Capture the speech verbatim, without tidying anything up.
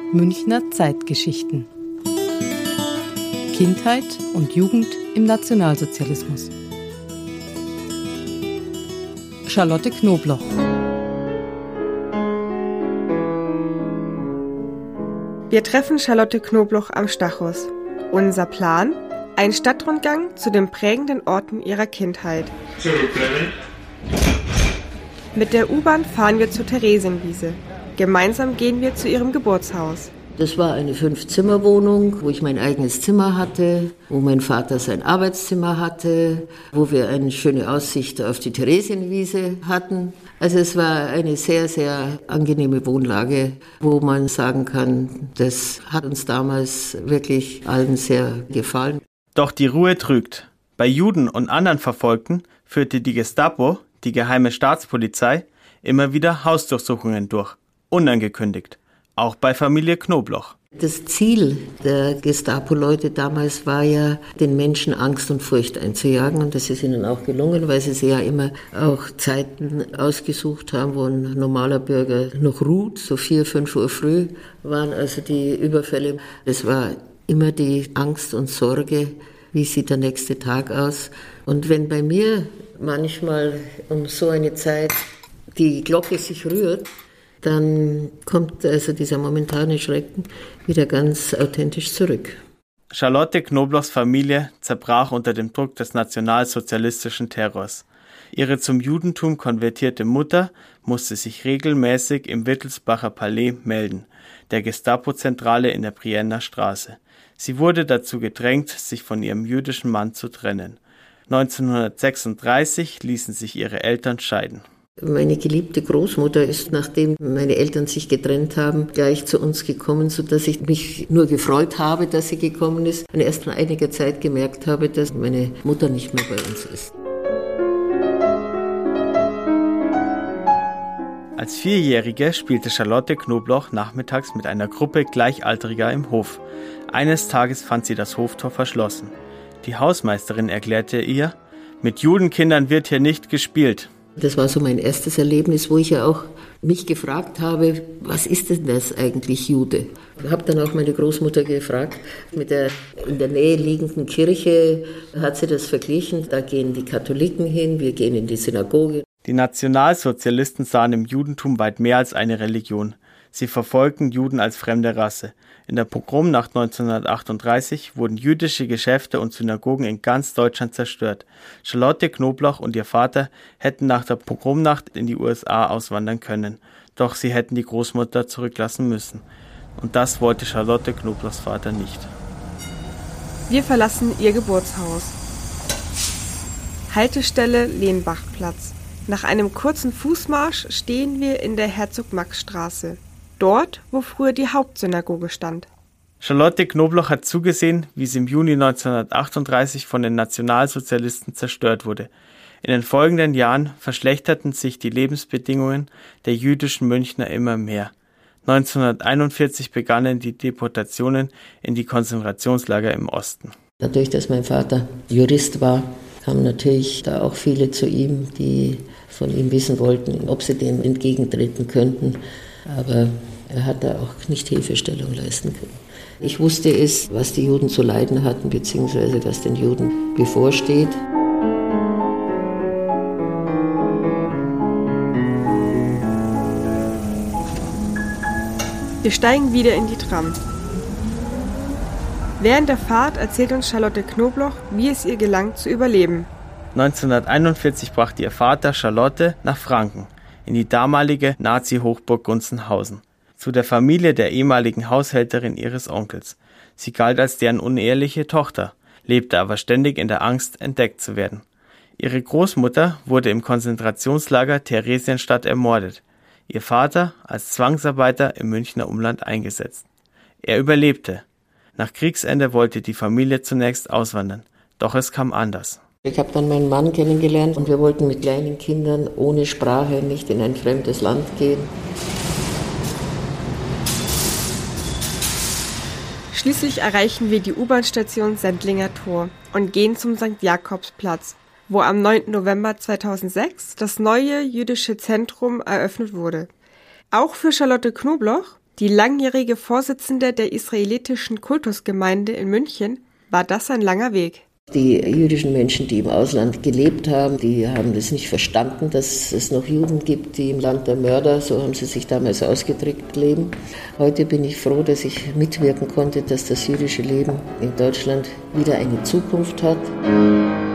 Münchner Zeitgeschichten. Kindheit und Jugend im Nationalsozialismus. Charlotte Knobloch. Wir treffen Charlotte Knobloch am Stachus. Unser Plan? Ein Stadtrundgang zu den prägenden Orten ihrer Kindheit. Mit der U-Bahn fahren wir zur Theresienwiese. Gemeinsam gehen wir zu ihrem Geburtshaus. Das war eine Fünf-Zimmer-Wohnung, wo ich mein eigenes Zimmer hatte, wo mein Vater sein Arbeitszimmer hatte, wo wir eine schöne Aussicht auf die Theresienwiese hatten. Also es war eine sehr, sehr angenehme Wohnlage, wo man sagen kann, das hat uns damals wirklich allen sehr gefallen. Doch die Ruhe trügt. Bei Juden und anderen Verfolgten führte die Gestapo, die geheime Staatspolizei, immer wieder Hausdurchsuchungen durch, unangekündigt. Auch bei Familie Knobloch. Das Ziel der Gestapo-Leute damals war ja, den Menschen Angst und Furcht einzujagen. Und das ist ihnen auch gelungen, weil sie sich ja immer auch Zeiten ausgesucht haben, wo ein normaler Bürger noch ruht. So vier, fünf Uhr früh waren also die Überfälle. Es war immer die Angst und Sorge, wie sieht der nächste Tag aus. Und wenn bei mir manchmal um so eine Zeit die Glocke sich rührt, dann kommt also dieser momentane Schrecken wieder ganz authentisch zurück. Charlotte Knoblochs Familie zerbrach unter dem Druck des nationalsozialistischen Terrors. Ihre zum Judentum konvertierte Mutter musste sich regelmäßig im Wittelsbacher Palais melden, der Gestapo-Zentrale in der Brienner Straße. Sie wurde dazu gedrängt, sich von ihrem jüdischen Mann zu trennen. neunzehnhundertsechsunddreißig ließen sich ihre Eltern scheiden. Meine geliebte Großmutter ist, nachdem meine Eltern sich getrennt haben, gleich zu uns gekommen, sodass ich mich nur gefreut habe, dass sie gekommen ist und erst nach einiger Zeit gemerkt habe, dass meine Mutter nicht mehr bei uns ist. Als Vierjährige spielte Charlotte Knobloch nachmittags mit einer Gruppe Gleichaltriger im Hof. Eines Tages fand sie das Hoftor verschlossen. Die Hausmeisterin erklärte ihr, mit Judenkindern wird hier nicht gespielt. Das war so mein erstes Erlebnis, wo ich ja auch mich gefragt habe, was ist denn das eigentlich, Jude? Ich habe dann auch meine Großmutter gefragt, mit der in der Nähe liegenden Kirche hat sie das verglichen. Da gehen die Katholiken hin, wir gehen in die Synagoge. Die Nationalsozialisten sahen im Judentum weit mehr als eine Religion. Sie verfolgten Juden als fremde Rasse. In der Pogromnacht neunzehnhundertachtunddreißig wurden jüdische Geschäfte und Synagogen in ganz Deutschland zerstört. Charlotte Knobloch und ihr Vater hätten nach der Pogromnacht in die U S A auswandern können. Doch sie hätten die Großmutter zurücklassen müssen. Und das wollte Charlotte Knoblochs Vater nicht. Wir verlassen ihr Geburtshaus. Haltestelle Lehnbachplatz. Nach einem kurzen Fußmarsch stehen wir in der Herzog-Max-Straße. Dort, wo früher die Hauptsynagoge stand. Charlotte Knobloch hat zugesehen, wie sie im Juni neunzehnhundertachtunddreißig von den Nationalsozialisten zerstört wurde. In den folgenden Jahren verschlechterten sich die Lebensbedingungen der jüdischen Münchner immer mehr. neunzehnhunderteinundvierzig begannen die Deportationen in die Konzentrationslager im Osten. Dadurch, dass mein Vater Jurist war, kamen natürlich da auch viele zu ihm, die von ihm wissen wollten, ob sie dem entgegentreten könnten. Aber er hat da auch nicht Hilfestellung leisten können. Ich wusste es, was die Juden zu leiden hatten, beziehungsweise was den Juden bevorsteht. Wir steigen wieder in die Tram. Während der Fahrt erzählt uns Charlotte Knobloch, wie es ihr gelang, zu überleben. neunzehnhunderteinundvierzig brachte ihr Vater Charlotte nach Franken, in die damalige Nazi-Hochburg Gunzenhausen, zu der Familie der ehemaligen Haushälterin ihres Onkels. Sie galt als deren uneheliche Tochter, lebte aber ständig in der Angst, entdeckt zu werden. Ihre Großmutter wurde im Konzentrationslager Theresienstadt ermordet, ihr Vater als Zwangsarbeiter im Münchner Umland eingesetzt. Er überlebte. Nach Kriegsende wollte die Familie zunächst auswandern, doch es kam anders. Ich habe dann meinen Mann kennengelernt und wir wollten mit kleinen Kindern ohne Sprache nicht in ein fremdes Land gehen. Schließlich erreichen wir die U-Bahn-Station Sendlinger Tor und gehen zum Sankt Jakobsplatz, wo am neunten November zweitausendsechs das neue jüdische Zentrum eröffnet wurde. Auch für Charlotte Knobloch die langjährige Vorsitzende der israelitischen Kultusgemeinde in München, war das ein langer Weg. Die jüdischen Menschen, die im Ausland gelebt haben, die haben das nicht verstanden, dass es noch Juden gibt, die im Land der Mörder, so haben sie sich damals ausgedrückt, leben. Heute bin ich froh, dass ich mitwirken konnte, dass das jüdische Leben in Deutschland wieder eine Zukunft hat.